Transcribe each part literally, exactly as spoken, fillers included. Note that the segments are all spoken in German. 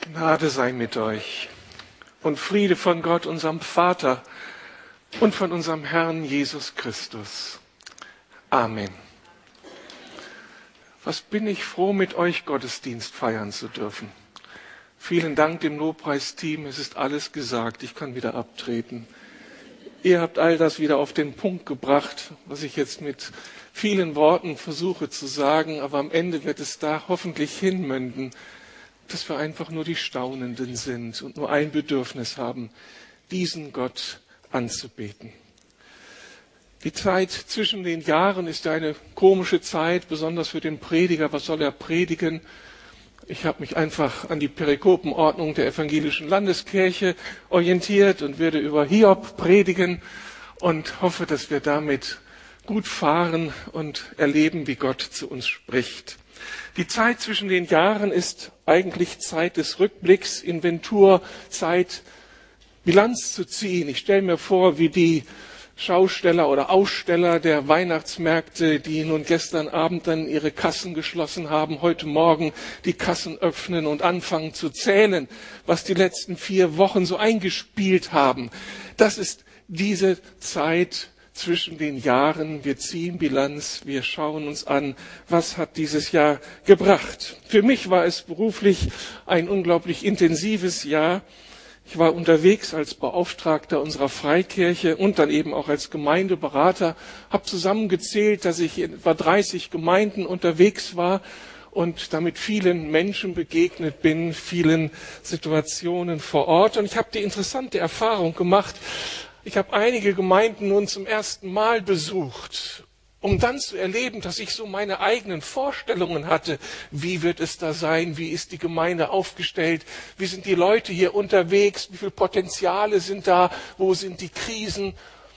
Gnade sei mit euch und Friede von Gott, unserem Vater und von unserem Herrn Jesus Christus. Amen. Was bin ich froh, mit euch Gottesdienst feiern zu dürfen. Vielen Dank dem Lobpreisteam, es ist alles gesagt, ich kann wieder abtreten. Ihr habt all das wieder auf den Punkt gebracht, was ich jetzt mit vielen Worten versuche zu sagen, aber am Ende wird es da hoffentlich hinmünden, dass wir einfach nur die Staunenden sind und nur ein Bedürfnis haben, diesen Gott anzubeten. Die Zeit zwischen den Jahren ist ja eine komische Zeit, besonders für den Prediger. Was soll er predigen? Ich habe mich einfach an die Perikopenordnung der evangelischen Landeskirche orientiert und werde über Hiob predigen und hoffe, dass wir damit gut fahren und erleben, wie Gott zu uns spricht. Die Zeit zwischen den Jahren ist eigentlich Zeit des Rückblicks, Inventur, Zeit, Bilanz zu ziehen. Ich stelle mir vor, wie die Schausteller oder Aussteller der Weihnachtsmärkte, die nun gestern Abend dann ihre Kassen geschlossen haben, heute Morgen die Kassen öffnen und anfangen zu zählen, was die letzten vier Wochen so eingespielt haben. Das ist diese Zeit zwischen den Jahren. Wir ziehen Bilanz, wir schauen uns an, was hat dieses Jahr gebracht. Für mich war es beruflich ein unglaublich intensives Jahr. Ich war unterwegs als Beauftragter unserer Freikirche und dann eben auch als Gemeindeberater, habe zusammengezählt, dass ich in etwa dreißig Gemeinden unterwegs war und damit vielen Menschen begegnet bin, vielen Situationen vor Ort. Und ich habe die interessante Erfahrung gemacht, ich habe einige Gemeinden nun zum ersten Mal besucht, um dann zu erleben, dass ich so meine eigenen Vorstellungen hatte. Wie wird es da sein? Wie ist die Gemeinde aufgestellt? Wie sind die Leute hier unterwegs? Wie viele Potenziale sind da? Wo sind die Krisen?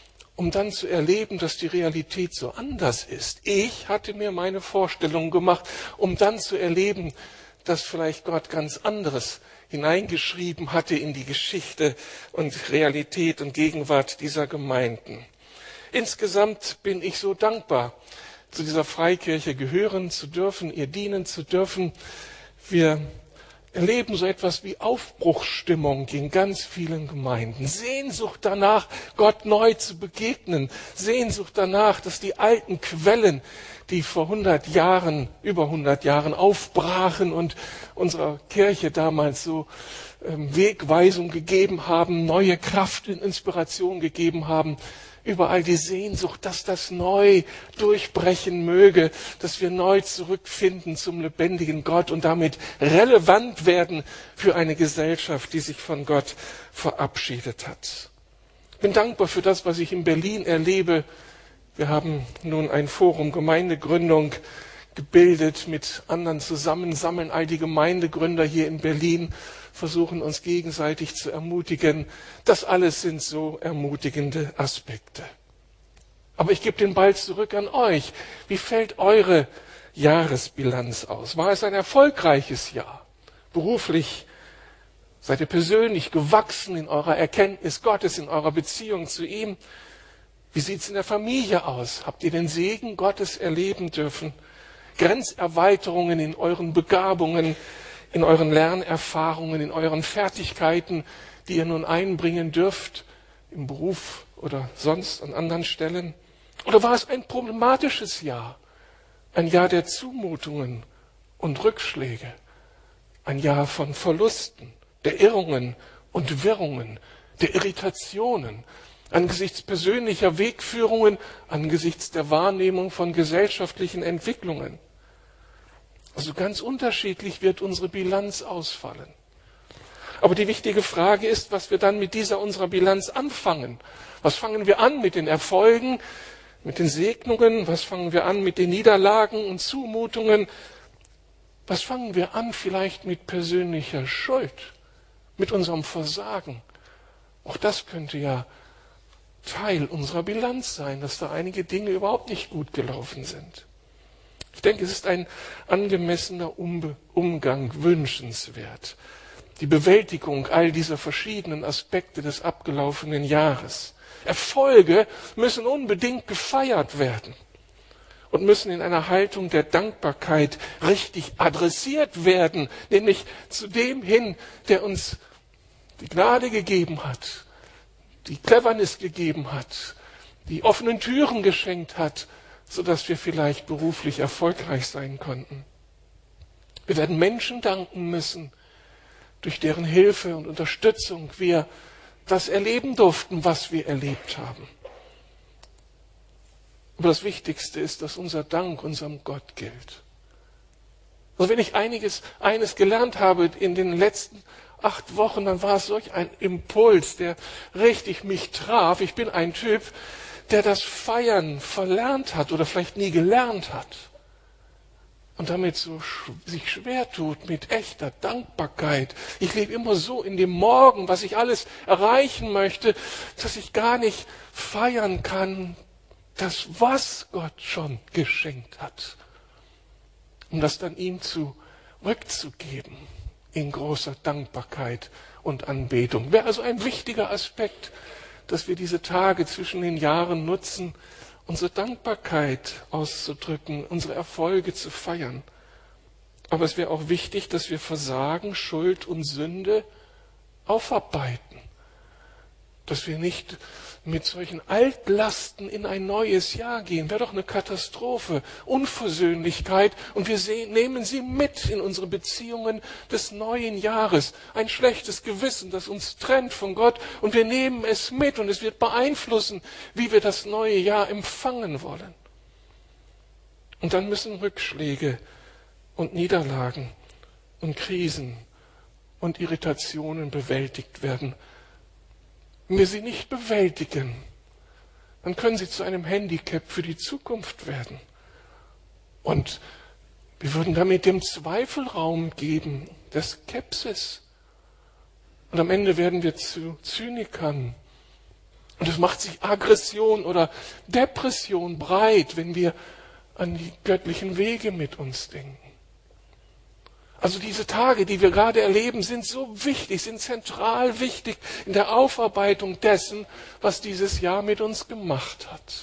Um dann zu erleben, dass die Realität so anders ist. Ich hatte mir meine Vorstellungen gemacht, um dann zu erleben, dass vielleicht Gott ganz anderes hineingeschrieben hatte in die Geschichte und Realität und Gegenwart dieser Gemeinden. Insgesamt bin ich so dankbar, zu dieser Freikirche gehören zu dürfen, ihr dienen zu dürfen. Wir erleben so etwas wie Aufbruchsstimmung in ganz vielen Gemeinden. Sehnsucht danach, Gott neu zu begegnen. Sehnsucht danach, dass die alten Quellen, die vor hundert Jahren, über hundert Jahren aufbrachen und unserer Kirche damals so ähm, Wegweisung gegeben haben, neue Kraft und Inspiration gegeben haben. Überall die Sehnsucht, dass das neu durchbrechen möge, dass wir neu zurückfinden zum lebendigen Gott und damit relevant werden für eine Gesellschaft, die sich von Gott verabschiedet hat. Ich bin dankbar für das, was ich in Berlin erlebe. Wir haben nun ein Forum Gemeindegründung gebildet mit anderen zusammen, sammeln all die Gemeindegründer hier in Berlin, versuchen uns gegenseitig zu ermutigen. Das alles sind so ermutigende Aspekte. Aber ich gebe den Ball zurück an euch. Wie fällt eure Jahresbilanz aus? War es ein erfolgreiches Jahr? Beruflich? Seid ihr persönlich gewachsen in eurer Erkenntnis Gottes, in eurer Beziehung zu ihm? Wie sieht es in der Familie aus? Habt ihr den Segen Gottes erleben dürfen? Grenzerweiterungen in euren Begabungen, in euren Lernerfahrungen, in euren Fertigkeiten, die ihr nun einbringen dürft, im Beruf oder sonst an anderen Stellen? Oder war es ein problematisches Jahr? Ein Jahr der Zumutungen und Rückschläge? Ein Jahr von Verlusten, der Irrungen und Wirrungen, der Irritationen, angesichts persönlicher Wegführungen, angesichts der Wahrnehmung von gesellschaftlichen Entwicklungen. Also ganz unterschiedlich wird unsere Bilanz ausfallen. Aber die wichtige Frage ist, was wir dann mit dieser unserer Bilanz anfangen. Was fangen wir an mit den Erfolgen, mit den Segnungen? Was fangen wir an mit den Niederlagen und Zumutungen? Was fangen wir an vielleicht mit persönlicher Schuld, mit unserem Versagen? Auch das könnte ja Teil unserer Bilanz sein, dass da einige Dinge überhaupt nicht gut gelaufen sind. Ich denke, es ist ein angemessener Umgang wünschenswert. Die Bewältigung all dieser verschiedenen Aspekte des abgelaufenen Jahres. Erfolge müssen unbedingt gefeiert werden. und müssen in einer Haltung der Dankbarkeit richtig adressiert werden, nämlich zu dem hin, der uns die Gnade gegeben hat, die Cleverness gegeben hat, die offenen Türen geschenkt hat, sodass wir vielleicht beruflich erfolgreich sein konnten. Wir werden Menschen danken müssen, durch deren Hilfe und Unterstützung wir das erleben durften, was wir erlebt haben. Aber das Wichtigste ist, dass unser Dank unserem Gott gilt. Also wenn ich einiges, eines gelernt habe in den letzten acht Wochen, dann war es solch ein Impuls, der richtig mich traf. Ich bin ein Typ, der das Feiern verlernt hat oder vielleicht nie gelernt hat und damit so sch- sich schwer tut mit echter Dankbarkeit. Ich lebe immer so in dem Morgen, was ich alles erreichen möchte, dass ich gar nicht feiern kann, das, was Gott schon geschenkt hat, um das dann ihm zurückzugeben in großer Dankbarkeit und Anbetung. Wäre also ein wichtiger Aspekt, dass wir diese Tage zwischen den Jahren nutzen, unsere Dankbarkeit auszudrücken, unsere Erfolge zu feiern. Aber es wäre auch wichtig, dass wir Versagen, Schuld und Sünde aufarbeiten. Dass wir nicht mit solchen Altlasten in ein neues Jahr gehen. Wäre doch eine Katastrophe. Unversöhnlichkeit. Und wir sehen, nehmen sie mit in unsere Beziehungen des neuen Jahres. Ein schlechtes Gewissen, das uns trennt von Gott. Und wir nehmen es mit und es wird beeinflussen, wie wir das neue Jahr empfangen wollen. Und dann müssen Rückschläge und Niederlagen und Krisen und Irritationen bewältigt werden. Wenn wir sie nicht bewältigen, dann können sie zu einem Handicap für die Zukunft werden. Und wir würden damit dem Zweifel Raum geben, der Skepsis. Und am Ende werden wir zu Zynikern. Und es macht sich Aggression oder Depression breit, wenn wir an die göttlichen Wege mit uns denken. Also diese Tage, die wir gerade erleben, sind so wichtig, sind zentral wichtig in der Aufarbeitung dessen, was dieses Jahr mit uns gemacht hat.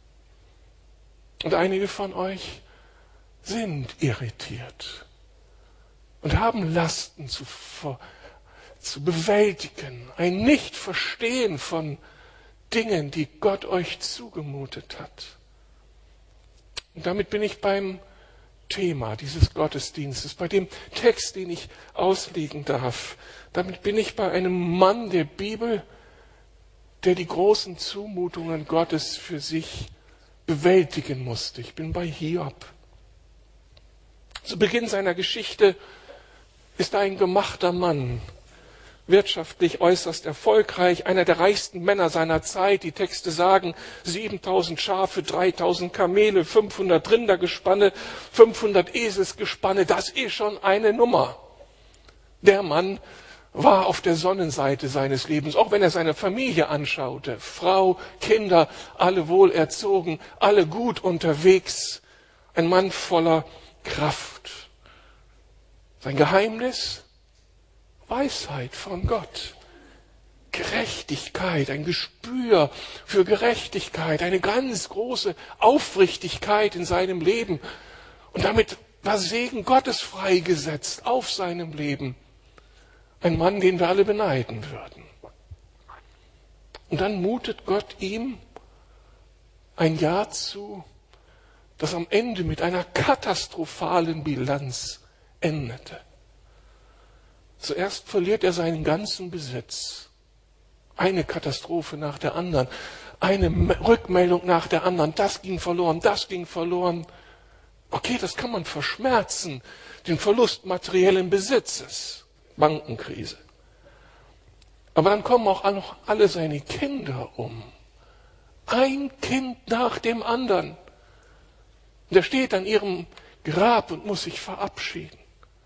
Und einige von euch sind irritiert und haben Lasten zu, zu bewältigen, ein Nichtverstehen von Dingen, die Gott euch zugemutet hat. Und damit bin ich beim Thema dieses Gottesdienstes, bei dem Text, den ich auslegen darf. Damit bin ich bei einem Mann der Bibel, der die großen Zumutungen Gottes für sich bewältigen musste. Ich bin bei Hiob. Zu Beginn seiner Geschichte ist er ein gemachter Mann, wirtschaftlich äußerst erfolgreich, einer der reichsten Männer seiner Zeit. Die Texte sagen, siebentausend Schafe, dreitausend Kamele, fünfhundert Rindergespanne, fünfhundert Eselsgespanne. Das ist schon eine Nummer. Der Mann war auf der Sonnenseite seines Lebens, auch wenn er seine Familie anschaute. Frau, Kinder, alle wohlerzogen, alle gut unterwegs. Ein Mann voller Kraft. Sein Geheimnis? Weisheit von Gott, Gerechtigkeit, ein Gespür für Gerechtigkeit, eine ganz große Aufrichtigkeit in seinem Leben. Und damit war Segen Gottes freigesetzt auf seinem Leben. Ein Mann, den wir alle beneiden würden. Und dann mutet Gott ihm ein Jahr zu, das am Ende mit einer katastrophalen Bilanz endete. Zuerst verliert er seinen ganzen Besitz. Eine Katastrophe nach der anderen. Eine Rückmeldung nach der anderen. Das ging verloren, das ging verloren. Okay, das kann man verschmerzen. Den Verlust materiellen Besitzes. Bankenkrise. Aber dann kommen auch noch alle seine Kinder um. Ein Kind nach dem anderen. Und er steht an ihrem Grab und muss sich verabschieden.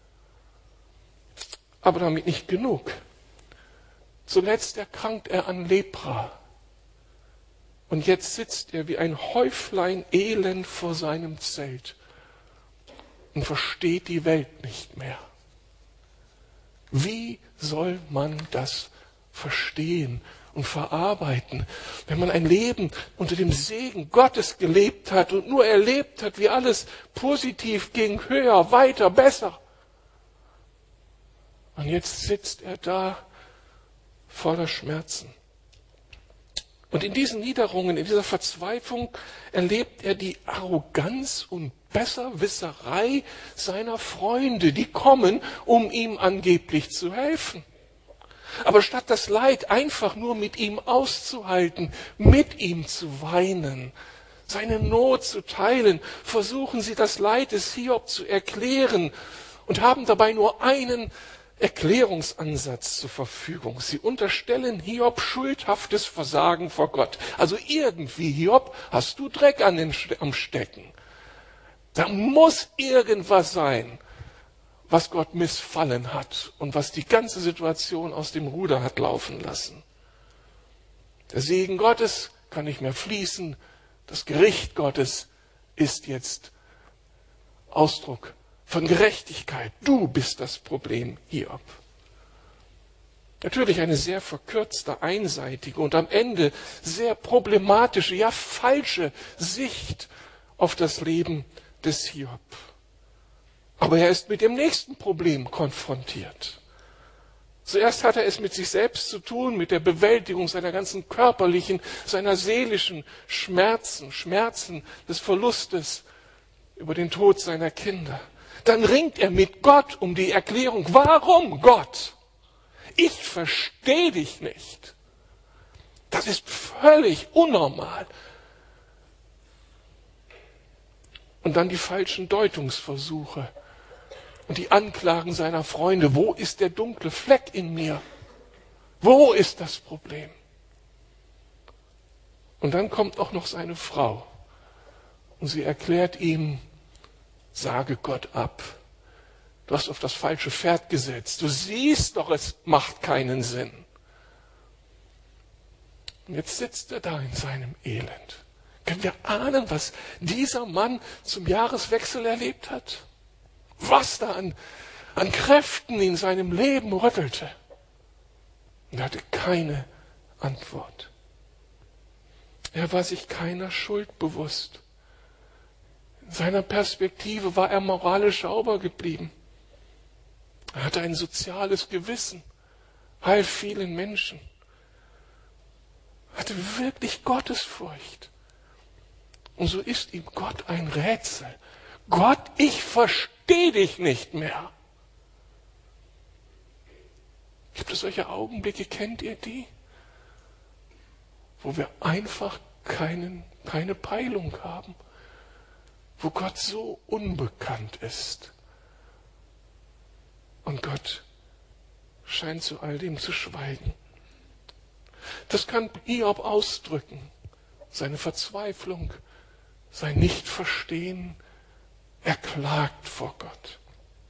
Aber damit nicht genug. Zuletzt erkrankt er an Lepra. Und jetzt sitzt er wie ein Häuflein Elend vor seinem Zelt und versteht die Welt nicht mehr. Wie soll man das verstehen und verarbeiten. Wenn man ein Leben unter dem Segen Gottes gelebt hat und nur erlebt hat, wie alles positiv ging, höher, weiter, besser. Und jetzt sitzt er da voller Schmerzen. Und in diesen Niederungen, in dieser Verzweiflung erlebt er die Arroganz und Besserwisserei seiner Freunde, die kommen, um ihm angeblich zu helfen. Aber statt das Leid einfach nur mit ihm auszuhalten, mit ihm zu weinen, seine Not zu teilen, versuchen sie das Leid des Hiob zu erklären und haben dabei nur einen Erklärungsansatz zur Verfügung. Sie unterstellen Hiob schuldhaftes Versagen vor Gott. Also irgendwie, Hiob, hast du Dreck an den, am Stecken. Da muss irgendwas sein, was Gott missfallen hat und was die ganze Situation aus dem Ruder hat laufen lassen. Der Segen Gottes kann nicht mehr fließen. Das Gericht Gottes ist jetzt Ausdruck von Gerechtigkeit. Du bist das Problem, Hiob. Natürlich eine sehr verkürzte, einseitige und am Ende sehr problematische, ja falsche Sicht auf das Leben des Hiob. Aber er ist mit dem nächsten Problem konfrontiert. Zuerst hat er es mit sich selbst zu tun, mit der Bewältigung seiner ganzen körperlichen, seiner seelischen Schmerzen, Schmerzen des Verlustes über den Tod seiner Kinder. Dann ringt er mit Gott um die Erklärung. Warum, Gott? Ich verstehe dich nicht. Das ist völlig unnormal. Und dann die falschen Deutungsversuche und die Anklagen seiner Freunde. Wo ist der dunkle Fleck in mir? Wo ist das Problem? Und dann kommt auch noch seine Frau und sie erklärt ihm, sage Gott ab. Du hast auf das falsche Pferd gesetzt. Du siehst doch, es macht keinen Sinn. Und jetzt sitzt er da in seinem Elend. Können wir ahnen, was dieser Mann zum Jahreswechsel erlebt hat? Was da an, an Kräften in seinem Leben rüttelte? Und er hatte keine Antwort. Er war sich keiner Schuld bewusst. In seiner Perspektive war er moralisch sauber geblieben. Er hatte ein soziales Gewissen, half vielen Menschen. Er hatte wirklich Gottesfurcht. Und so ist ihm Gott ein Rätsel. Gott, ich verstehe dich nicht mehr. Gibt es solche Augenblicke, kennt ihr die? Wo wir einfach keinen, keine Peilung haben. Wo Gott so unbekannt ist. Und Gott scheint zu all dem zu schweigen. Das kann Hiob ausdrücken. Seine Verzweiflung, sein Nichtverstehen. Er klagt vor Gott.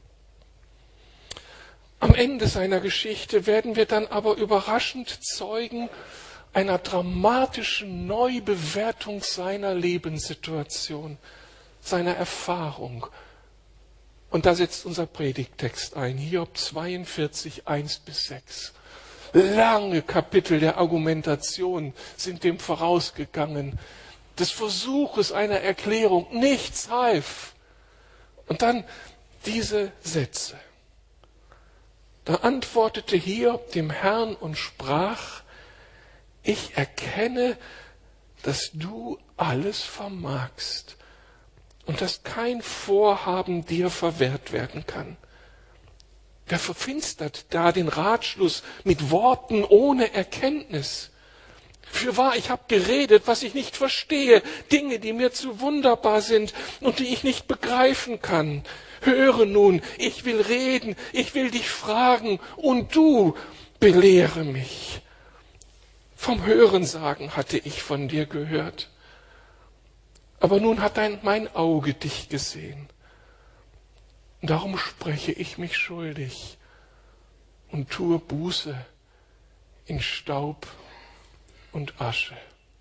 Am Ende seiner Geschichte werden wir dann aber überraschend Zeugen einer dramatischen Neubewertung seiner Lebenssituation, seiner Erfahrung. Und da setzt unser Predigttext ein, Hiob zweiundvierzig, eins bis sechs. Lange Kapitel der Argumentation sind dem vorausgegangen, des Versuches einer Erklärung, nichts half. Und dann diese Sätze. Da antwortete Hiob dem Herrn und sprach, ich erkenne, dass du alles vermagst und dass kein Vorhaben dir verwehrt werden kann. Wer verfinstert da den Ratschluss mit Worten ohne Erkenntnis? Fürwahr, ich habe geredet, was ich nicht verstehe, Dinge, die mir zu wunderbar sind und die ich nicht begreifen kann. Höre nun, ich will reden, ich will dich fragen und du belehre mich. Vom Hörensagen hatte ich von dir gehört, aber nun hat dein, mein Auge dich gesehen. Darum spreche ich mich schuldig und tue Buße in Staub und Asche.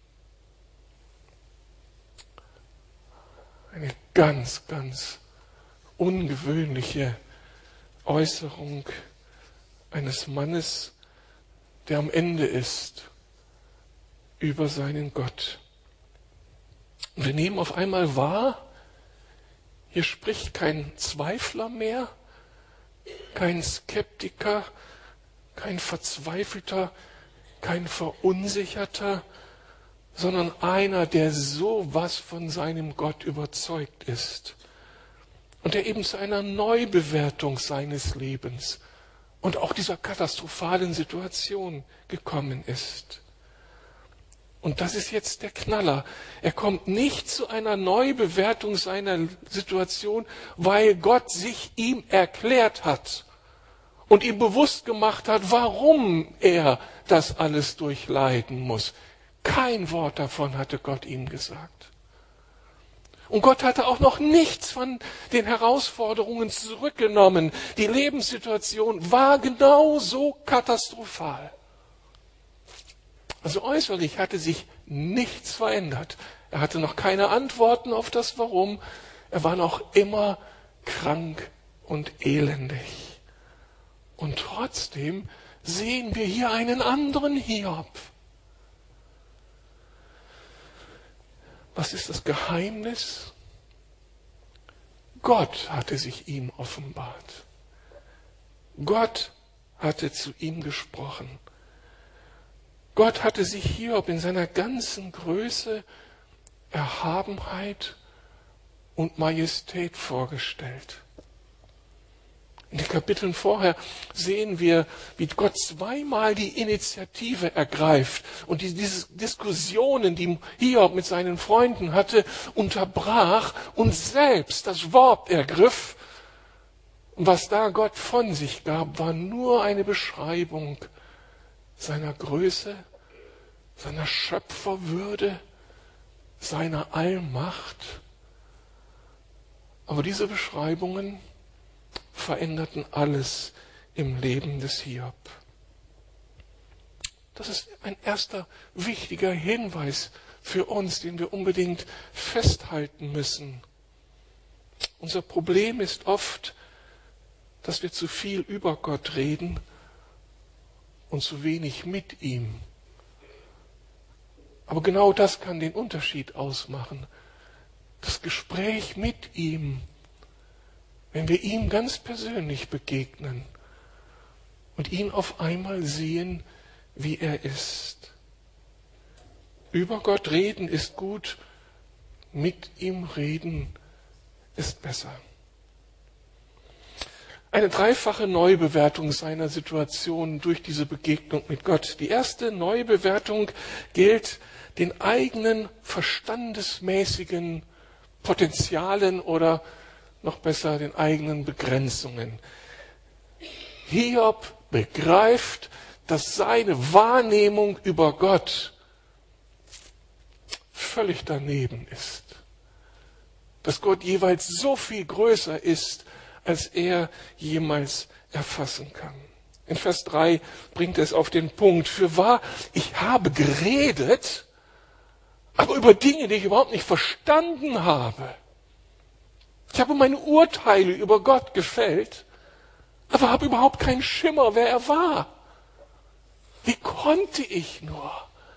Eine ganz, ganz ungewöhnliche Äußerung eines Mannes, der am Ende ist über seinen Gott. Und wir nehmen auf einmal wahr, hier spricht kein Zweifler mehr, kein Skeptiker, kein Verzweifelter, kein Verunsicherter, sondern einer, der so was von seinem Gott überzeugt ist und der eben zu einer Neubewertung seines Lebens und auch dieser katastrophalen Situation gekommen ist. Und das ist jetzt der Knaller. Er kommt nicht zu einer Neubewertung seiner Situation, weil Gott sich ihm erklärt hat und ihm bewusst gemacht hat, warum er das alles durchleiden muss. Kein Wort davon hatte Gott ihm gesagt. Und Gott hatte auch noch nichts von den Herausforderungen zurückgenommen. Die Lebenssituation war genauso katastrophal. Also äußerlich hatte sich nichts verändert. Er hatte noch keine Antworten auf das Warum. Er war noch immer krank und elendig. Und trotzdem sehen wir hier einen anderen Hiob. Was ist das Geheimnis? Gott hatte sich ihm offenbart. Gott hatte zu ihm gesprochen. Gott hatte sich Hiob in seiner ganzen Größe, Erhabenheit und Majestät vorgestellt. In den Kapiteln vorher sehen wir, wie Gott zweimal die Initiative ergreift und die, diese Diskussionen, die Hiob mit seinen Freunden hatte, unterbrach und selbst das Wort ergriff. Und was da Gott von sich gab, war nur eine Beschreibung seiner Größe, seiner Schöpferwürde, seiner Allmacht. Aber diese Beschreibungen veränderten alles im Leben des Hiob. Das ist ein erster wichtiger Hinweis für uns, den wir unbedingt festhalten müssen. Unser Problem ist oft, dass wir zu viel über Gott reden und zu wenig mit ihm. Aber genau das kann den Unterschied ausmachen. Das Gespräch mit ihm, wenn wir ihm ganz persönlich begegnen und ihn auf einmal sehen, wie er ist. Über Gott reden ist gut, mit ihm reden ist besser. Eine dreifache Neubewertung seiner Situation durch diese Begegnung mit Gott. Die erste Neubewertung gilt den eigenen verstandesmäßigen Potenzialen oder noch besser den eigenen Begrenzungen. Hiob begreift, dass seine Wahrnehmung über Gott völlig daneben ist. Dass Gott jeweils so viel größer ist, als er jemals erfassen kann. In Vers drei bringt er es auf den Punkt. Fürwahr, ich habe geredet, aber über Dinge, die ich überhaupt nicht verstanden habe. Ich habe meine Urteile über Gott gefällt, aber habe überhaupt keinen Schimmer, wer er war. Wie konnte ich nur?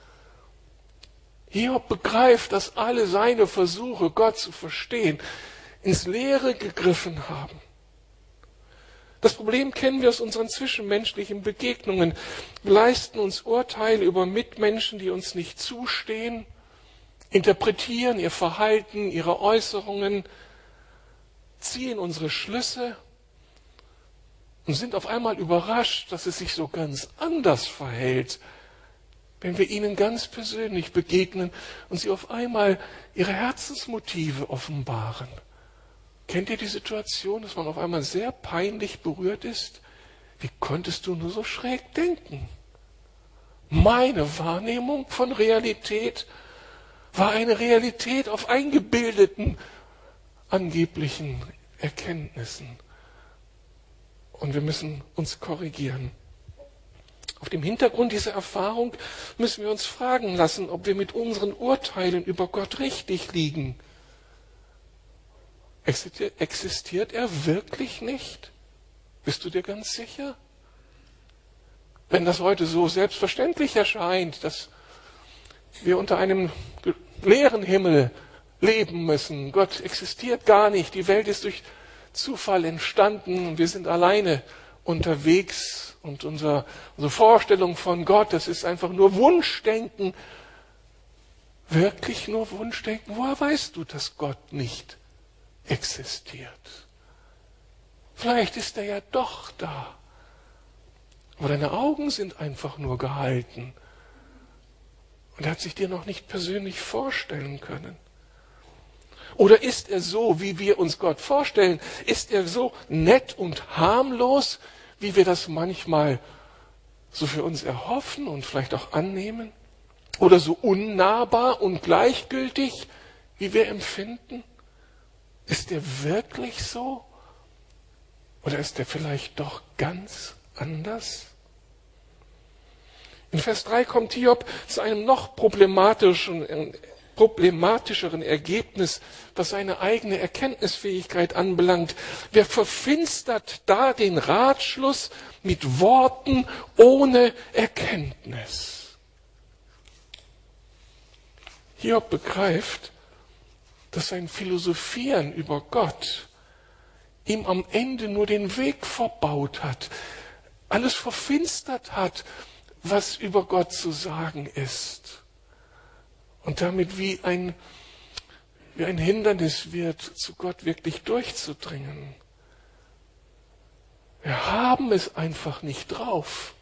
Hiob begreift, dass alle seine Versuche, Gott zu verstehen, ins Leere gegriffen haben. Das Problem kennen wir aus unseren zwischenmenschlichen Begegnungen. Wir leisten uns Urteile über Mitmenschen, die uns nicht zustehen, interpretieren ihr Verhalten, ihre Äußerungen, ziehen unsere Schlüsse und sind auf einmal überrascht, dass es sich so ganz anders verhält, wenn wir ihnen ganz persönlich begegnen und sie auf einmal ihre Herzensmotive offenbaren. Kennt ihr die Situation, dass man auf einmal sehr peinlich berührt ist? Wie konntest du nur so schräg denken? Meine Wahrnehmung von Realität war eine Realität auf eingebildeten, angeblichen Erkenntnissen. Und wir müssen uns korrigieren. Auf dem Hintergrund dieser Erfahrung müssen wir uns fragen lassen, ob wir mit unseren Urteilen über Gott richtig liegen. Existiert, existiert er wirklich nicht? Bist du dir ganz sicher? Wenn das heute so selbstverständlich erscheint, dass wir unter einem leeren Himmel leben müssen. Gott existiert gar nicht. Die Welt ist durch Zufall entstanden und wir sind alleine unterwegs. Und unser, unsere Vorstellung von Gott, das ist einfach nur Wunschdenken. Wirklich nur Wunschdenken? Woher weißt du, dass Gott nicht existiert? Vielleicht ist er ja doch da. Aber deine Augen sind einfach nur gehalten. Und er hat sich dir noch nicht persönlich vorstellen können. Oder ist er so, wie wir uns Gott vorstellen? Ist er so nett und harmlos, wie wir das manchmal so für uns erhoffen und vielleicht auch annehmen? Oder so unnahbar und gleichgültig, wie wir empfinden? Ist er wirklich so? Oder ist er vielleicht doch ganz anders? In Vers drei kommt Hiob zu einem noch problematischen, problematischeren Ergebnis, was seine eigene Erkenntnisfähigkeit anbelangt. Wer verfinstert da den Ratschluss mit Worten ohne Erkenntnis? Hiob begreift, dass sein Philosophieren über Gott ihm am Ende nur den Weg verbaut hat, alles verfinstert hat, was über Gott zu sagen ist. Und damit wie ein, wie ein Hindernis wird, zu Gott wirklich durchzudringen. Wir haben es einfach nicht drauf.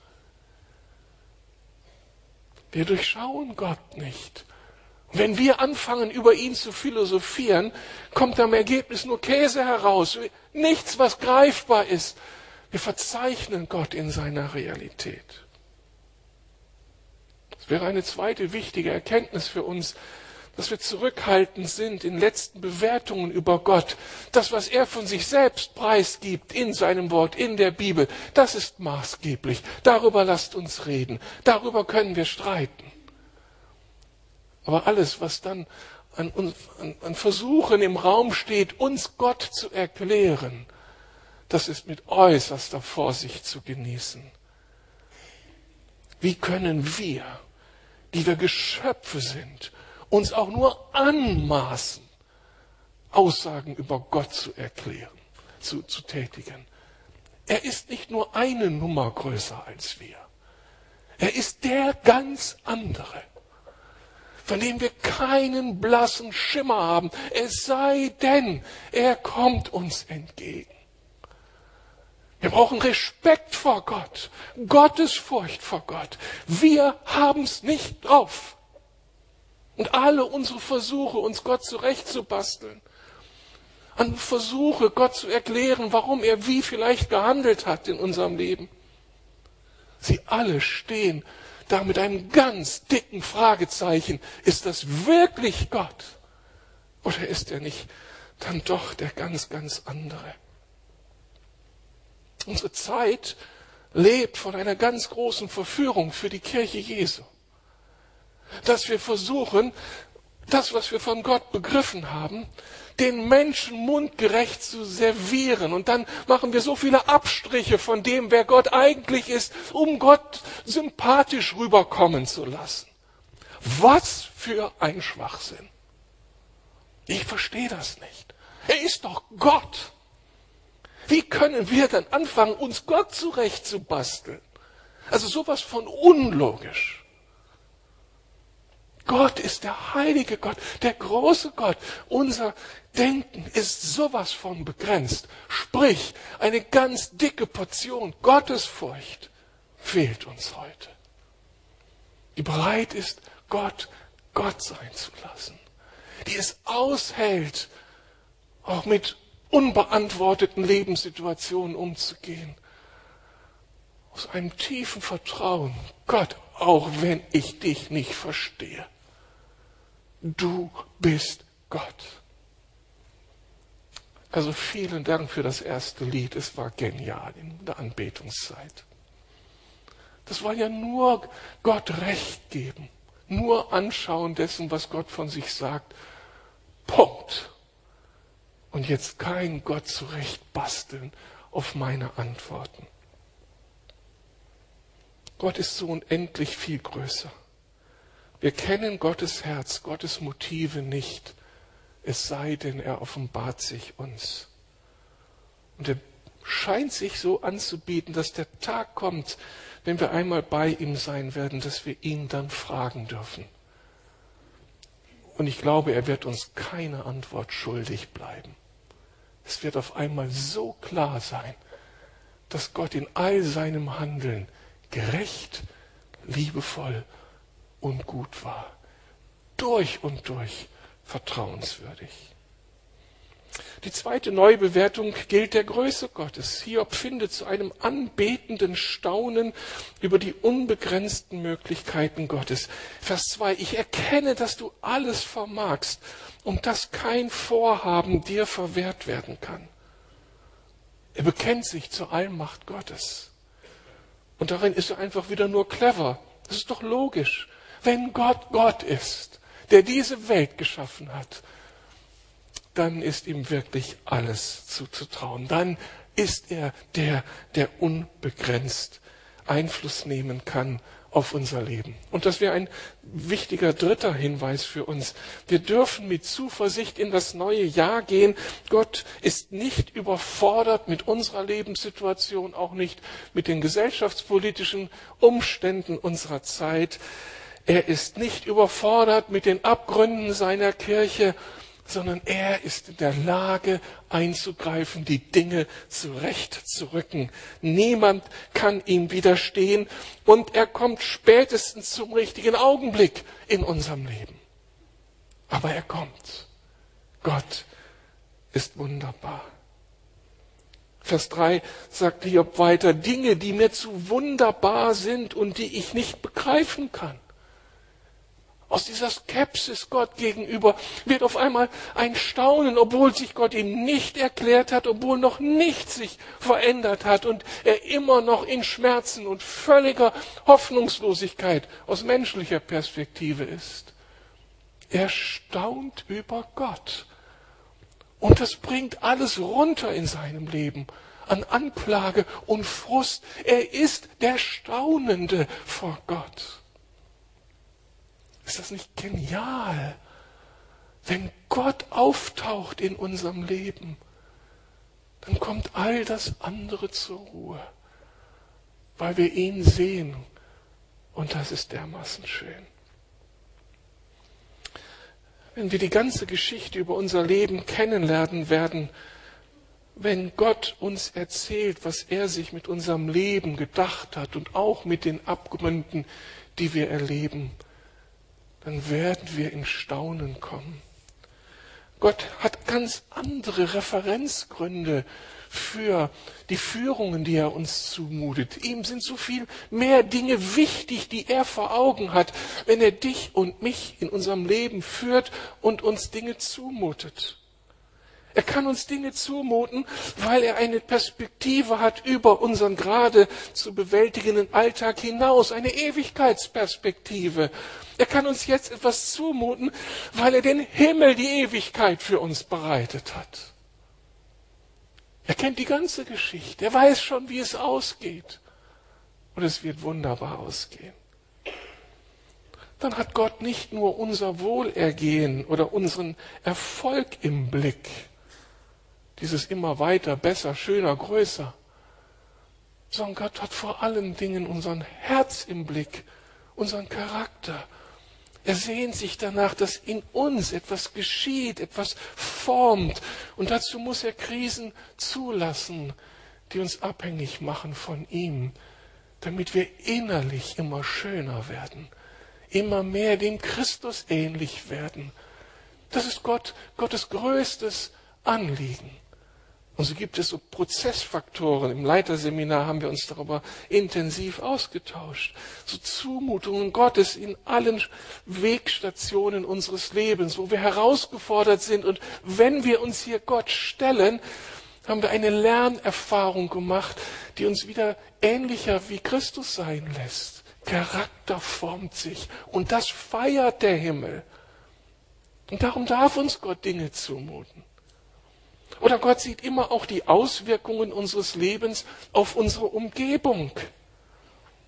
Wir durchschauen Gott nicht. Und wenn wir anfangen, über ihn zu philosophieren, kommt am Ergebnis nur Käse heraus. Nichts, was greifbar ist. Wir verzeichnen Gott in seiner Realität. Das wäre eine zweite wichtige Erkenntnis für uns, dass wir zurückhaltend sind in letzten Bewertungen über Gott. Das, was er von sich selbst preisgibt in seinem Wort, in der Bibel, das ist maßgeblich. Darüber lasst uns reden. Darüber können wir streiten. Aber alles, was dann an, an, an Versuchen im Raum steht, uns Gott zu erklären, das ist mit äußerster Vorsicht zu genießen. Wie können wir, die wir Geschöpfe sind, uns auch nur anmaßen, Aussagen über Gott zu erklären, zu, zu tätigen? Er ist nicht nur eine Nummer größer als wir. Er ist der ganz andere, von dem wir keinen blassen Schimmer haben, es sei denn, er kommt uns entgegen. Wir brauchen Respekt vor Gott, Gottesfurcht vor Gott. Wir haben es nicht drauf. Und alle unsere Versuche, uns Gott zurechtzubasteln, an Versuche, Gott zu erklären, warum er wie vielleicht gehandelt hat in unserem Leben, sie alle stehen da mit einem ganz dicken Fragezeichen. Ist das wirklich Gott? Oder ist er nicht dann doch der ganz, ganz andere? Unsere Zeit lebt von einer ganz großen Verführung für die Kirche Jesu. Dass wir versuchen, das, was wir von Gott begriffen haben, den Menschen mundgerecht zu servieren. Und dann machen wir so viele Abstriche von dem, wer Gott eigentlich ist, um Gott sympathisch rüberkommen zu lassen. Was für ein Schwachsinn. Ich verstehe das nicht. Er ist doch Gott. Wie können wir dann anfangen, uns Gott zurechtzubasteln? Also sowas von unlogisch. Gott ist der heilige Gott, der große Gott. Unser Denken ist sowas von begrenzt. Sprich, eine ganz dicke Portion Gottesfurcht fehlt uns heute. Die bereit ist, Gott Gott sein zu lassen. Die es aushält, auch mit unbeantworteten Lebenssituationen umzugehen. Aus einem tiefen Vertrauen, Gott, auch wenn ich dich nicht verstehe. Du bist Gott. Also vielen Dank für das erste Lied. Es war genial in der Anbetungszeit. Das war ja nur Gott Recht geben. Nur anschauen dessen, was Gott von sich sagt. Punkt. Und jetzt kein Gott zurecht basteln auf meine Antworten. Gott ist so unendlich viel größer. Wir kennen Gottes Herz, Gottes Motive nicht, es sei denn, er offenbart sich uns. Und er scheint sich so anzubieten, dass der Tag kommt, wenn wir einmal bei ihm sein werden, dass wir ihn dann fragen dürfen. Und ich glaube, er wird uns keine Antwort schuldig bleiben. Es wird auf einmal so klar sein, dass Gott in all seinem Handeln gerecht, liebevoll und gut war. Durch und durch vertrauenswürdig. Die zweite Neubewertung gilt der Größe Gottes. Hiob findet zu einem anbetenden Staunen über die unbegrenzten Möglichkeiten Gottes. Vers zwei, ich erkenne, dass du alles vermagst und dass kein Vorhaben dir verwehrt werden kann. Er bekennt sich zur Allmacht Gottes. Und darin ist er einfach wieder nur clever. Das ist doch logisch. Wenn Gott Gott ist, der diese Welt geschaffen hat, dann ist ihm wirklich alles zuzutrauen. Dann ist er der, der unbegrenzt Einfluss nehmen kann auf unser Leben. Und das wäre ein wichtiger dritter Hinweis für uns. Wir dürfen mit Zuversicht in das neue Jahr gehen. Gott ist nicht überfordert mit unserer Lebenssituation, auch nicht mit den gesellschaftspolitischen Umständen unserer Zeit. Er ist nicht überfordert mit den Abgründen seiner Kirche, sondern er ist in der Lage einzugreifen, die Dinge zurechtzurücken. Niemand kann ihm widerstehen und er kommt spätestens zum richtigen Augenblick in unserem Leben. Aber er kommt. Gott ist wunderbar. Vers drei sagt Hiob weiter, Dinge, die mir zu wunderbar sind und die ich nicht begreifen kann. Aus dieser Skepsis Gott gegenüber wird auf einmal ein Staunen, obwohl sich Gott ihm nicht erklärt hat, obwohl noch nichts sich verändert hat und er immer noch in Schmerzen und völliger Hoffnungslosigkeit aus menschlicher Perspektive ist. Er staunt über Gott. Und das bringt alles runter in seinem Leben an Anklage und Frust. Er ist der Staunende vor Gott. Ist das nicht genial, wenn Gott auftaucht in unserem Leben, dann kommt all das andere zur Ruhe, weil wir ihn sehen und das ist dermaßen schön. Wenn wir die ganze Geschichte über unser Leben kennenlernen werden, wenn Gott uns erzählt, was er sich mit unserem Leben gedacht hat und auch mit den Abgründen, die wir erleben, dann werden wir in Staunen kommen. Gott hat ganz andere Referenzgründe für die Führungen, die er uns zumutet. Ihm sind so viel mehr Dinge wichtig, die er vor Augen hat, wenn er dich und mich in unserem Leben führt und uns Dinge zumutet. Er kann uns Dinge zumuten, weil er eine Perspektive hat über unseren gerade zu bewältigenden Alltag hinaus, eine Ewigkeitsperspektive. Er kann uns jetzt etwas zumuten, weil er den Himmel, die Ewigkeit für uns bereitet hat. Er kennt die ganze Geschichte, er weiß schon, wie es ausgeht. Und es wird wunderbar ausgehen. Dann hat Gott nicht nur unser Wohlergehen oder unseren Erfolg im Blick, dieses immer weiter, besser, schöner, größer, sondern Gott hat vor allen Dingen unseren Herz im Blick, unseren Charakter. Er sehnt sich danach, dass in uns etwas geschieht, etwas formt. Und dazu muss er Krisen zulassen, die uns abhängig machen von ihm, damit wir innerlich immer schöner werden, immer mehr dem Christus ähnlich werden. Das ist Gott, Gottes größtes Anliegen. Und so gibt es so Prozessfaktoren. Im Leiterseminar haben wir uns darüber intensiv ausgetauscht. So Zumutungen Gottes in allen Wegstationen unseres Lebens, wo wir herausgefordert sind. Und wenn wir uns hier Gott stellen, haben wir eine Lernerfahrung gemacht, die uns wieder ähnlicher wie Christus sein lässt. Charakter formt sich und das feiert der Himmel. Und darum darf uns Gott Dinge zumuten. Oder Gott sieht immer auch die Auswirkungen unseres Lebens auf unsere Umgebung.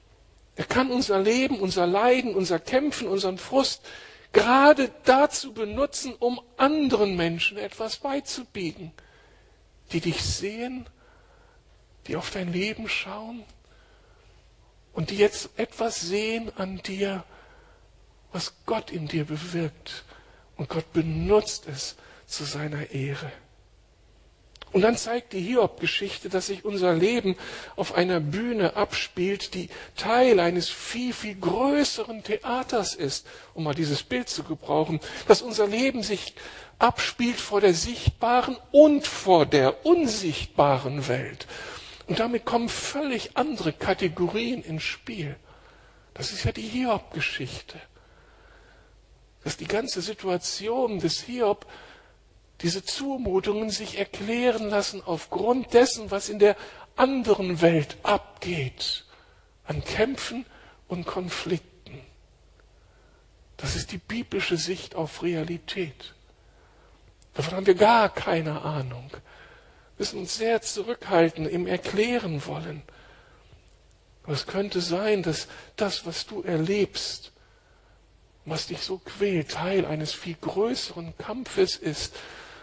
Er kann unser Leben, unser Leiden, unser Kämpfen, unseren Frust gerade dazu benutzen, um anderen Menschen etwas beizubiegen, die dich sehen, die auf dein Leben schauen und die jetzt etwas sehen an dir, was Gott in dir bewirkt. Und Gott benutzt es zu seiner Ehre. Und dann zeigt die Hiob-Geschichte, dass sich unser Leben auf einer Bühne abspielt, die Teil eines viel, viel größeren Theaters ist, um mal dieses Bild zu gebrauchen, dass unser Leben sich abspielt vor der sichtbaren und vor der unsichtbaren Welt. Und damit kommen völlig andere Kategorien ins Spiel. Das ist ja die Hiob-Geschichte. Dass die ganze Situation des Hiob, diese Zumutungen sich erklären lassen aufgrund dessen, was in der anderen Welt abgeht, an Kämpfen und Konflikten. Das ist die biblische Sicht auf Realität. Davon haben wir gar keine Ahnung. Wir müssen uns sehr zurückhalten im Erklären wollen. Aber es könnte sein, dass das, was du erlebst, was dich so quält, Teil eines viel größeren Kampfes ist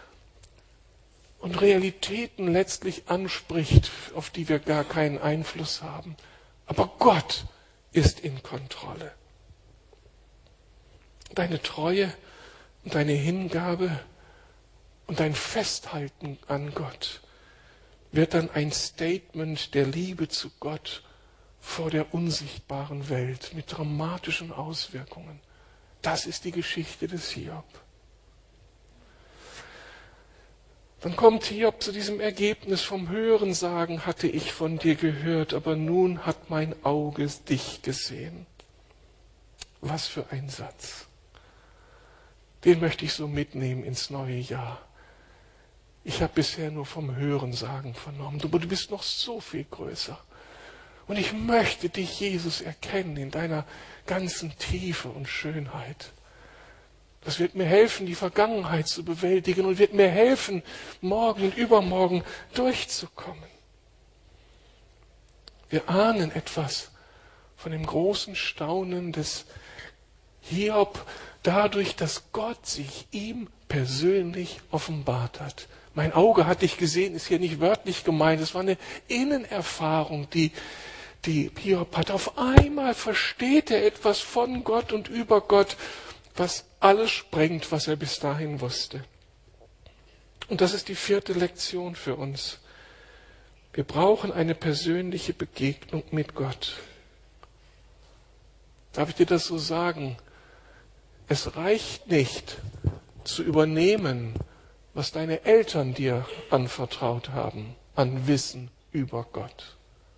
und Realitäten letztlich anspricht, auf die wir gar keinen Einfluss haben. Aber Gott ist in Kontrolle. Deine Treue und deine Hingabe und dein Festhalten an Gott wird dann ein Statement der Liebe zu Gott vor der unsichtbaren Welt mit dramatischen Auswirkungen. Das ist die Geschichte des Hiob. Dann kommt Hiob zu diesem Ergebnis: Vom Hörensagen hatte ich von dir gehört, aber nun hat mein Auge dich gesehen. Was für ein Satz. Den möchte ich so mitnehmen ins neue Jahr. Ich habe bisher nur vom Hörensagen vernommen, aber du bist noch so viel größer. Und ich möchte dich, Jesus, erkennen in deiner ganzen Tiefe und Schönheit. Das wird mir helfen, die Vergangenheit zu bewältigen und wird mir helfen, morgen und übermorgen durchzukommen. Wir ahnen etwas von dem großen Staunen des Hiob dadurch, dass Gott sich ihm persönlich offenbart hat. Mein Auge hat dich gesehen, ist hier nicht wörtlich gemeint. Es war eine Innenerfahrung, die die Hiob hat. Auf einmal versteht er etwas von Gott und über Gott, was alles sprengt, was er bis dahin wusste. Und das ist die vierte Lektion für uns. Wir brauchen eine persönliche Begegnung mit Gott. Darf ich dir das so sagen? Es reicht nicht zu übernehmen, was deine Eltern dir anvertraut haben, an Wissen über Gott.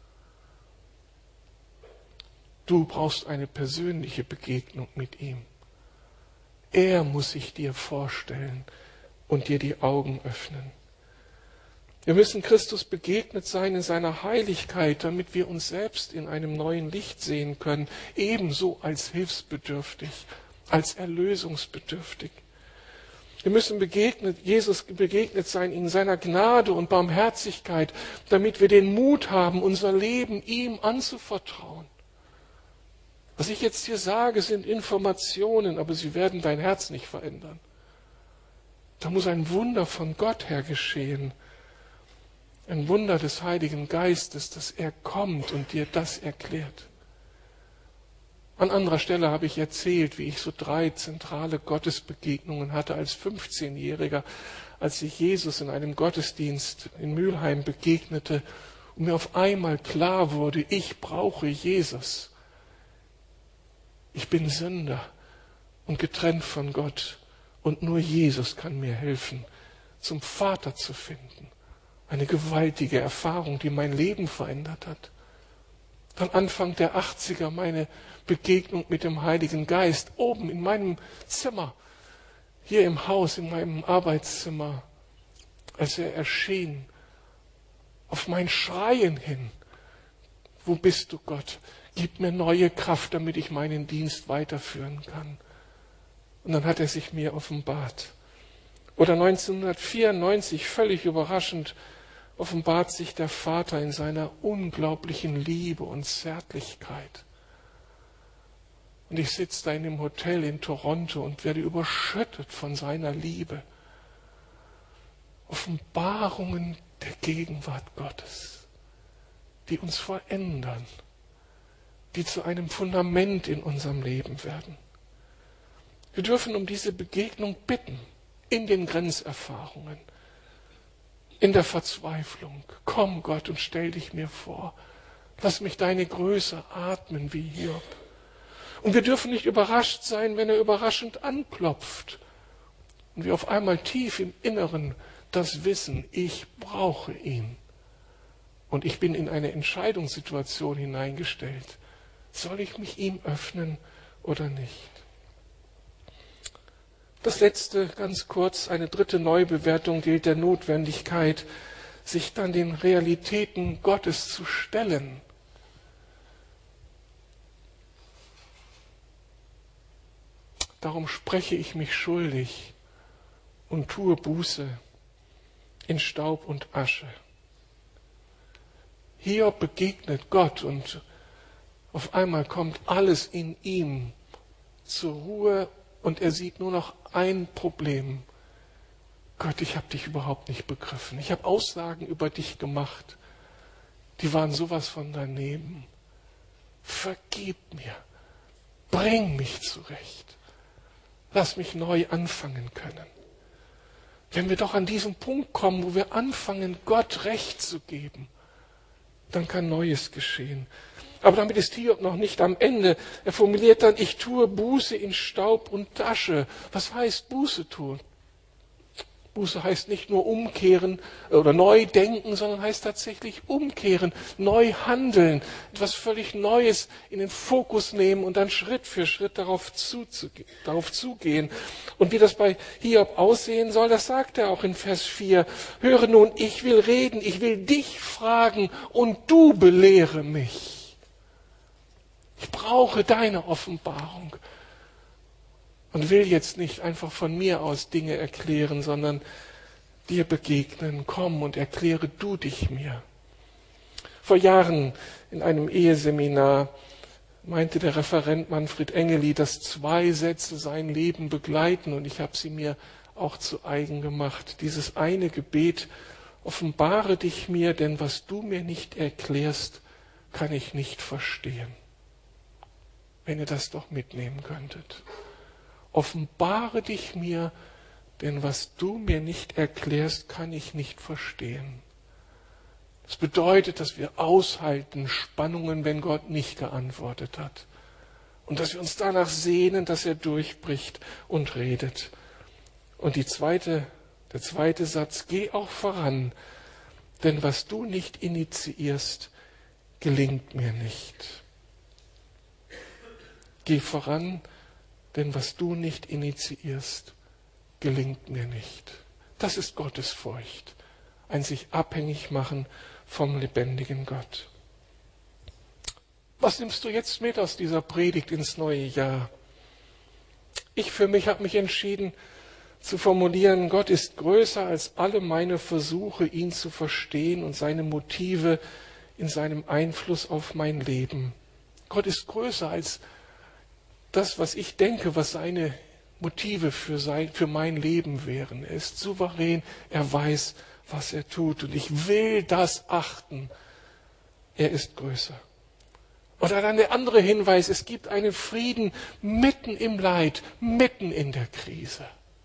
Du brauchst eine persönliche Begegnung mit ihm. Er muss sich dir vorstellen und dir die Augen öffnen. Wir müssen Christus begegnet sein in seiner Heiligkeit, damit wir uns selbst in einem neuen Licht sehen können, ebenso als hilfsbedürftig, als erlösungsbedürftig. Wir müssen begegnet, Jesus begegnet sein in seiner Gnade und Barmherzigkeit, damit wir den Mut haben, unser Leben ihm anzuvertrauen. Was ich jetzt hier sage, sind Informationen, aber sie werden dein Herz nicht verändern. Da muss ein Wunder von Gott her geschehen. Ein Wunder des Heiligen Geistes, dass er kommt und dir das erklärt. An anderer Stelle habe ich erzählt, wie ich so drei zentrale Gottesbegegnungen hatte als fünfzehnjähriger, als ich Jesus in einem Gottesdienst in Mülheim begegnete und mir auf einmal klar wurde, ich brauche Jesus. Ich bin Sünder und getrennt von Gott und nur Jesus kann mir helfen, zum Vater zu finden. Eine gewaltige Erfahrung, die mein Leben verändert hat. Dann Anfang der achtziger meine Begegnung mit dem Heiligen Geist, oben in meinem Zimmer, hier im Haus, in meinem Arbeitszimmer, als er erschien, auf mein Schreien hin. Wo bist du, Gott? Gib mir neue Kraft, damit ich meinen Dienst weiterführen kann. Und dann hat er sich mir offenbart. Oder neunzehnhundertvierundneunzig, völlig überraschend, offenbart sich der Vater in seiner unglaublichen Liebe und Zärtlichkeit. Und ich sitze da in dem Hotel in Toronto und werde überschüttet von seiner Liebe. Offenbarungen der Gegenwart Gottes, die uns verändern, die zu einem Fundament in unserem Leben werden. Wir dürfen um diese Begegnung bitten, in den Grenzerfahrungen, in der Verzweiflung. Komm, Gott, und stell dich mir vor. Lass mich deine Größe atmen wie Hiob. Und wir dürfen nicht überrascht sein, wenn er überraschend anklopft. Und wir auf einmal tief im Inneren das wissen, ich brauche ihn. Und ich bin in eine Entscheidungssituation hineingestellt. Soll ich mich ihm öffnen oder nicht? Das letzte, ganz kurz, eine dritte Neubewertung gilt der Notwendigkeit, sich dann den Realitäten Gottes zu stellen. Darum spreche ich mich schuldig und tue Buße in Staub und Asche. Hiob begegnet Gott und auf einmal kommt alles in ihm zur Ruhe und er sieht nur noch ein Problem. Gott, ich habe dich überhaupt nicht begriffen. Ich habe Aussagen über dich gemacht, die waren sowas von daneben. Vergib mir, bring mich zurecht. Lass mich neu anfangen können. Wenn wir doch an diesen Punkt kommen, wo wir anfangen, Gott Recht zu geben, dann kann Neues geschehen. Aber damit ist Hiob noch nicht am Ende. Er formuliert dann, ich tue Buße in Staub und Asche. Was heißt Buße tun? Buße heißt nicht nur umkehren oder neu denken, sondern heißt tatsächlich umkehren, neu handeln, etwas völlig Neues in den Fokus nehmen und dann Schritt für Schritt darauf, zuzuge- darauf zugehen. Und wie das bei Hiob aussehen soll, das sagt er auch in Vers vier. Höre nun, ich will reden, ich will dich fragen und du belehre mich. Ich brauche deine Offenbarung. Und will jetzt nicht einfach von mir aus Dinge erklären, sondern dir begegnen. Komm und erkläre du dich mir. Vor Jahren in einem Eheseminar meinte der Referent Manfred Engeli, dass zwei Sätze sein Leben begleiten und ich habe sie mir auch zu eigen gemacht. Dieses eine Gebet, offenbare dich mir, denn was du mir nicht erklärst, kann ich nicht verstehen. Wenn ihr das doch mitnehmen könntet. Offenbare dich mir, denn was du mir nicht erklärst, kann ich nicht verstehen. Das bedeutet, dass wir aushalten Spannungen, wenn Gott nicht geantwortet hat. Und dass wir uns danach sehnen, dass er durchbricht und redet. Und die zweite, der zweite Satz, geh auch voran, denn was du nicht initiierst, gelingt mir nicht. Geh voran, denn was du nicht initiierst, gelingt mir nicht. Das ist Gottesfurcht, ein sich abhängig machen vom lebendigen Gott. Was nimmst du jetzt mit aus dieser Predigt ins neue Jahr? Ich für mich habe mich entschieden zu formulieren, Gott ist größer als alle meine Versuche, ihn zu verstehen und seine Motive in seinem Einfluss auf mein Leben. Gott ist größer als das, was ich denke, was seine Motive für, sein, für mein Leben wären. Er ist souverän, er weiß, was er tut. Und ich will das achten. Er ist größer. Und dann der andere Hinweis, es gibt einen Frieden mitten im Leid, mitten in der Krise.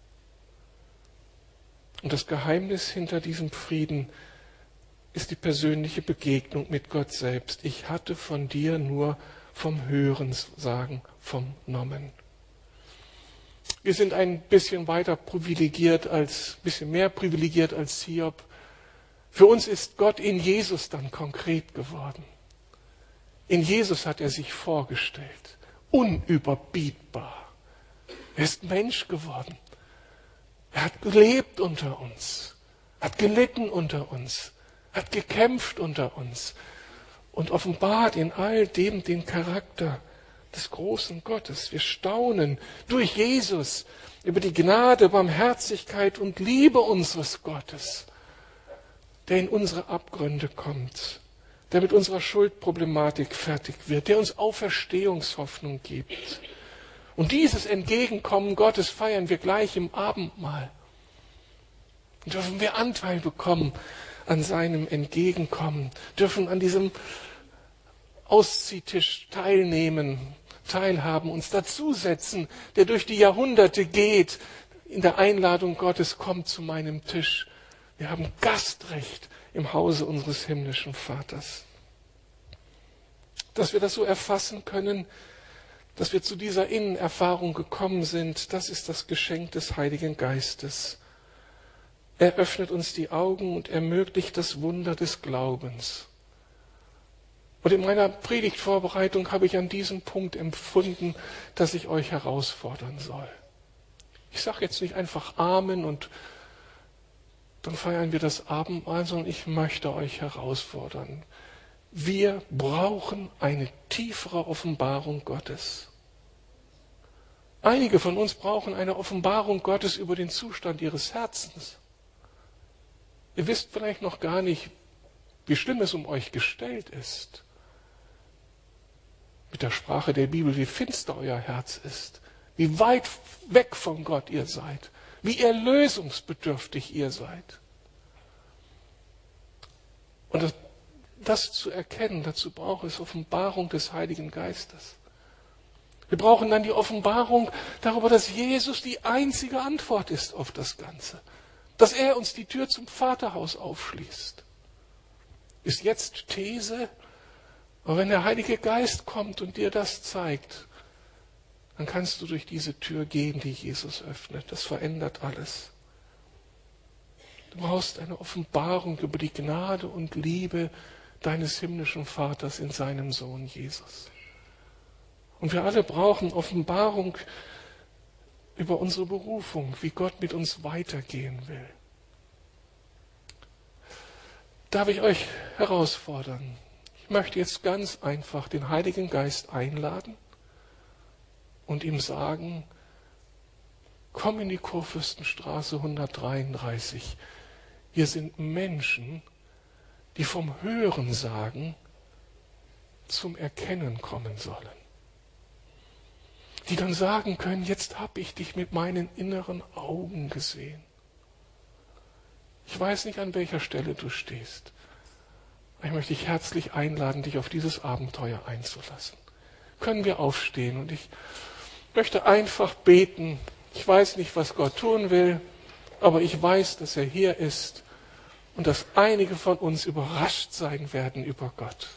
Und das Geheimnis hinter diesem Frieden ist die persönliche Begegnung mit Gott selbst. Ich hatte von dir nur vom Hörensagen vernommen. Wir sind ein bisschen weiter privilegiert als, bisschen mehr privilegiert als Hiob. Für uns ist Gott in Jesus dann konkret geworden. In Jesus hat er sich vorgestellt. Unüberbietbar. Er ist Mensch geworden. Er hat gelebt unter uns. Hat gelitten unter uns. Hat gekämpft unter uns. Und offenbart in all dem den Charakter des großen Gottes. Wir staunen durch Jesus über die Gnade, Barmherzigkeit und Liebe unseres Gottes, der in unsere Abgründe kommt, der mit unserer Schuldproblematik fertig wird, der uns Auferstehungshoffnung gibt. Und dieses Entgegenkommen Gottes feiern wir gleich im Abendmahl. Und dürfen wir Anteil bekommen an seinem Entgegenkommen, dürfen an diesem Ausziehtisch teilnehmen, teilhaben, uns dazusetzen, der durch die Jahrhunderte geht, in der Einladung Gottes, kommt zu meinem Tisch. Wir haben Gastrecht im Hause unseres himmlischen Vaters. Dass wir das so erfassen können, dass wir zu dieser Innenerfahrung gekommen sind, das ist das Geschenk des Heiligen Geistes. Er öffnet uns die Augen und ermöglicht das Wunder des Glaubens. Und in meiner Predigtvorbereitung habe ich an diesem Punkt empfunden, dass ich euch herausfordern soll. Ich sage jetzt nicht einfach Amen und dann feiern wir das Abendmahl, sondern ich möchte euch herausfordern. Wir brauchen eine tiefere Offenbarung Gottes. Einige von uns brauchen eine Offenbarung Gottes über den Zustand ihres Herzens. Ihr wisst vielleicht noch gar nicht, wie schlimm es um euch gestellt ist. Mit der Sprache der Bibel, wie finster euer Herz ist, wie weit weg von Gott ihr seid, wie erlösungsbedürftig ihr seid. Und das, das zu erkennen, dazu braucht es Offenbarung des Heiligen Geistes. Wir brauchen dann die Offenbarung darüber, dass Jesus die einzige Antwort ist auf das Ganze. Dass er uns die Tür zum Vaterhaus aufschließt. Ist jetzt These, aber wenn der Heilige Geist kommt und dir das zeigt, dann kannst du durch diese Tür gehen, die Jesus öffnet. Das verändert alles. Du brauchst eine Offenbarung über die Gnade und Liebe deines himmlischen Vaters in seinem Sohn Jesus. Und wir alle brauchen Offenbarung über unsere Berufung, wie Gott mit uns weitergehen will. Darf ich euch herausfordern? Ich möchte jetzt ganz einfach den Heiligen Geist einladen und ihm sagen, komm in die Kurfürstenstraße hundertdreiunddreißig. Hier sind Menschen, die vom Hörensagen zum Erkennen kommen sollen. Die dann sagen können, jetzt habe ich dich mit meinen inneren Augen gesehen. Ich weiß nicht, an welcher Stelle du stehst. Ich möchte dich herzlich einladen, dich auf dieses Abenteuer einzulassen. Können wir aufstehen und ich möchte einfach beten. Ich weiß nicht, was Gott tun will, aber ich weiß, dass er hier ist und dass einige von uns überrascht sein werden über Gott.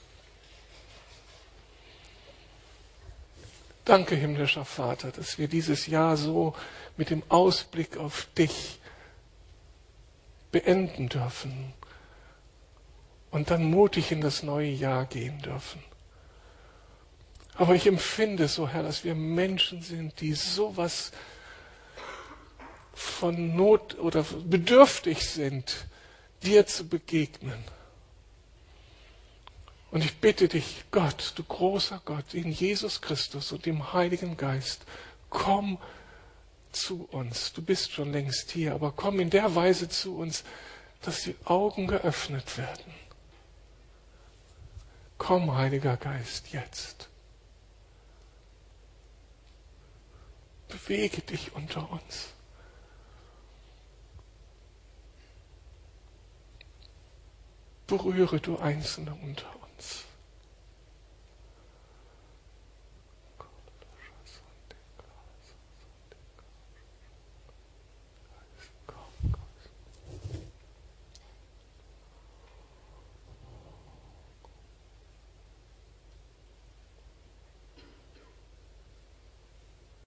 Danke, himmlischer Vater, dass wir dieses Jahr so mit dem Ausblick auf dich beenden dürfen und dann mutig in das neue Jahr gehen dürfen. Aber ich empfinde so, Herr, dass wir Menschen sind, die sowas von Not oder bedürftig sind, dir zu begegnen. Und ich bitte dich, Gott, du großer Gott, in Jesus Christus und dem Heiligen Geist, komm zu uns. Du bist schon längst hier, aber komm in der Weise zu uns, dass die Augen geöffnet werden. Komm, Heiliger Geist, jetzt. Bewege dich unter uns. Berühre du Einzelne unter uns.